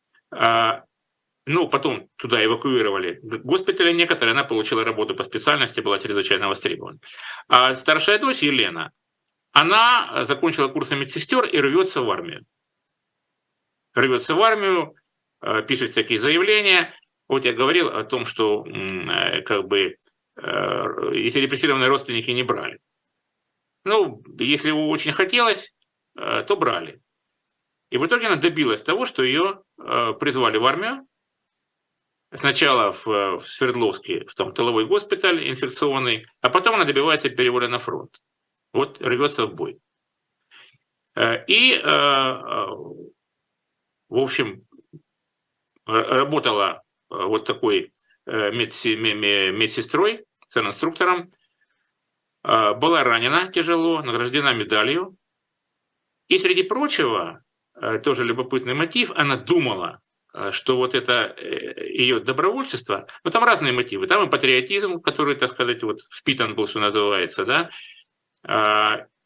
[SPEAKER 2] Ну, потом туда эвакуировали госпитали некоторые, она получила работу по специальности, была чрезвычайно востребована. А старшая дочь Елена, она закончила курсы медсестер и рвется в армию. Рвется в армию, пишет всякие заявления. Вот я говорил о том, что как бы если репрессированные родственники не брали. Ну, если очень хотелось, то брали. И в итоге она добилась того, что ее призвали в армию. Сначала в Свердловске, в том тыловой госпиталь инфекционный, а потом она добивается перевода на фронт. Вот рвется в бой. И, в общем, работала вот такой медсестрой, санинструктором, была ранена тяжело, награждена медалью. И, среди прочего, тоже любопытный мотив, она думала, что вот это ее добровольчество, ну там разные мотивы, там и патриотизм, который, так сказать, вот впитан был, что называется, да,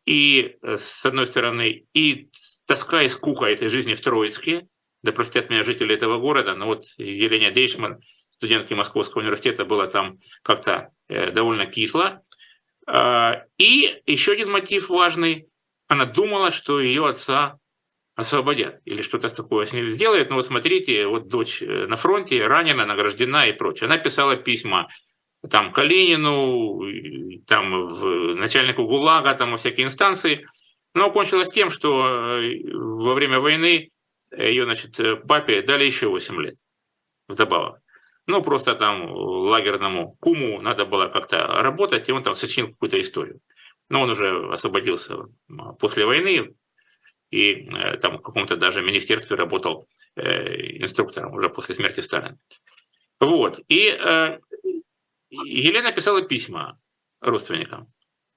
[SPEAKER 2] и, с одной стороны, и тоска и скука этой жизни в Троицке, да простят меня жители этого города, но вот Елена Дейшман, студентки Московского университета, было там как-то довольно кисло. И еще один мотив важный, она думала, что ее отца освободят или что-то такое с ней сделают. Но вот смотрите, вот дочь на фронте, ранена, награждена и прочее. Она писала письма там Калинину, там в начальнику ГУЛАГа, там во всякие инстанции. Но кончилось тем, что во время войны ее, значит, папе дали еще 8 лет вдобавок. Ну, просто там лагерному куму надо было как-то работать, и он там сочинил какую-то историю. Но он уже освободился после войны, и там в каком-то даже министерстве работал инструктором уже после смерти Сталина. Вот. И Елена писала письма родственникам.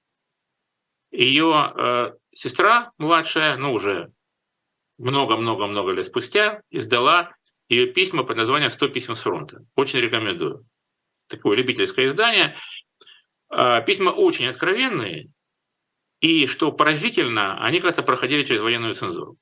[SPEAKER 2] Ее сестра младшая, ну, уже много-много-много лет спустя, издала ее письма под названием «100 писем с фронта». Очень рекомендую. Такое любительское издание. Письма очень откровенные, и, что поразительно, они как-то проходили через военную цензуру.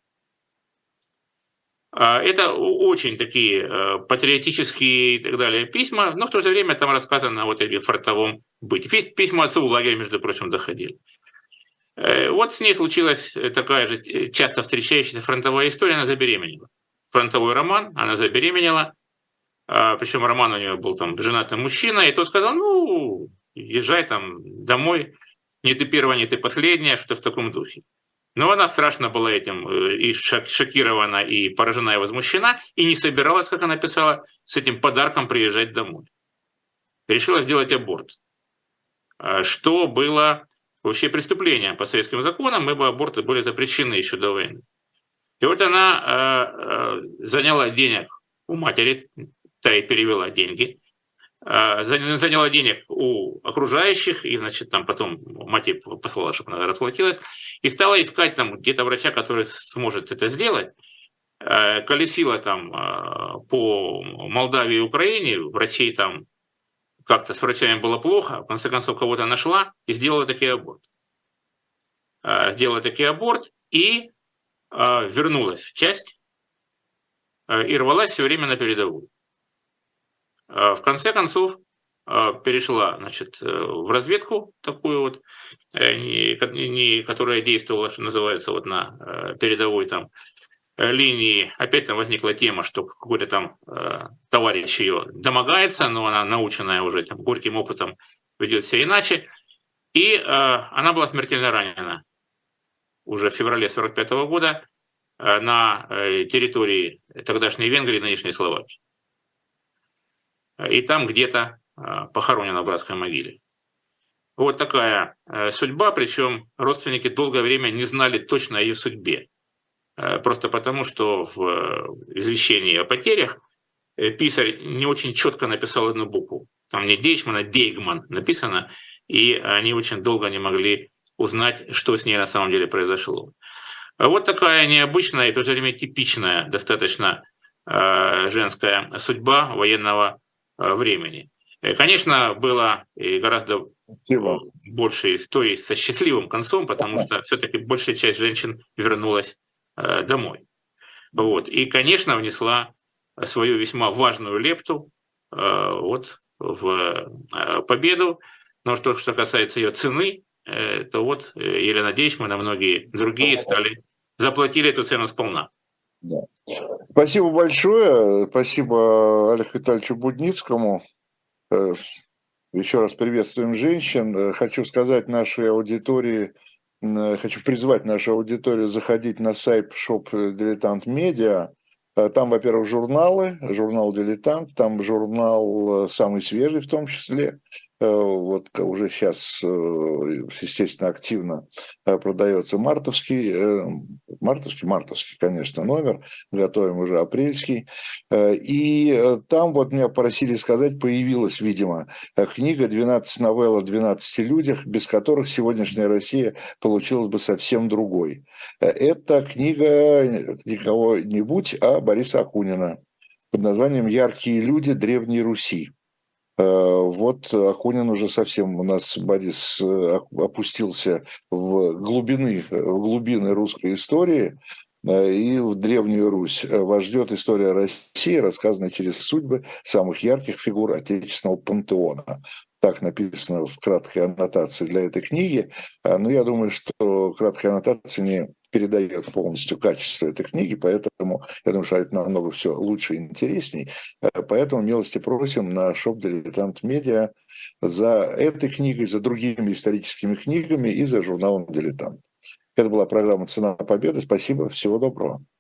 [SPEAKER 2] Это очень такие патриотические и так далее письма, но в то же время там рассказано вот о фронтовом быте. Письма отцу в лагере, между прочим, доходили. Вот с ней случилась такая же часто встречающаяся фронтовая история, она забеременела. Фронтовой роман, она забеременела, причем роман у нее был там женатый мужчина, и тот сказал, ну, езжай там домой, не ты первая, не ты последняя, что в таком духе. Но она страшно была этим и шокирована, и поражена, и возмущена, и не собиралась, как она писала, с этим подарком приезжать домой. Решила сделать аборт, что было вообще преступлением по советским законам, ибо аборты были запрещены еще до войны. И вот она заняла денег у матери, та и перевела деньги, заняла денег у окружающих, и, значит, там потом мать ей послала, чтобы она расплатилась, и стала искать там где-то врача, который сможет это сделать. Колесила там по Молдавии и Украине, врачей там как-то с врачами было плохо, в конце концов кого-то нашла и сделала таки аборт. Сделала таки аборт и вернулась в часть и рвалась все время на передовую. В конце концов перешла, значит, в разведку такую вот, которая действовала, что называется, вот на передовой там линии. Опять там возникла тема, что какой-то там товарищ ее домогается, но она, наученная уже там горьким опытом, ведет себя иначе. И она была смертельно ранена уже в феврале 1945 года на территории тогдашней Венгрии, нынешней Словакии. И там где-то похоронена в братской могиле. Вот такая судьба, причем родственники долгое время не знали точно о ее судьбе. Просто потому, что в извещении о потерях писарь не очень четко написал одну букву. Там не Дейшман, а Дейгман написано, и они очень долго не могли узнать, что с ней на самом деле произошло. Вот такая необычная и в то же время типичная достаточно женская судьба военного времени. Конечно, было и гораздо больше историй со счастливым концом, потому что все-таки большая часть женщин вернулась домой. Вот. И, конечно, внесла свою весьма важную лепту вот, в победу. Но что касается ее цены, то вот Елена Дейшман и многие другие заплатили эту цену сполна.
[SPEAKER 1] Да. Спасибо большое. Спасибо Олегу Витальевичу Будницкому. Еще раз приветствуем женщин. Хочу сказать нашей аудитории, хочу призвать нашу аудиторию заходить на сайт Shop Dilettant Media. Там, во-первых, журнал «Дилетант», там журнал самый свежий в том числе. Вот уже сейчас, естественно, активно продается мартовский, конечно, номер, готовим уже апрельский. И там вот меня просили сказать, появилась, видимо, книга «12 новелл о 12 людях», без которых сегодняшняя Россия получилась бы совсем другой. Это книга не кого-нибудь, а Бориса Акунина под названием «Яркие люди Древней Руси». Вот Акунин уже совсем у нас, Борис, опустился в глубины русской истории, и в Древнюю Русь. Вас ждет история России, рассказанная через судьбы самых ярких фигур отечественного пантеона. Так написано в краткой аннотации для этой книги. Но я думаю, что краткая аннотация не передает полностью качество этой книги, поэтому я думаю, что это намного все лучше и интересней. Поэтому милости просим на Shop Dilettant Media за этой книгой, за другими историческими книгами и за журналом «Дилетант». Это была программа «Цена победы». Спасибо, всего доброго.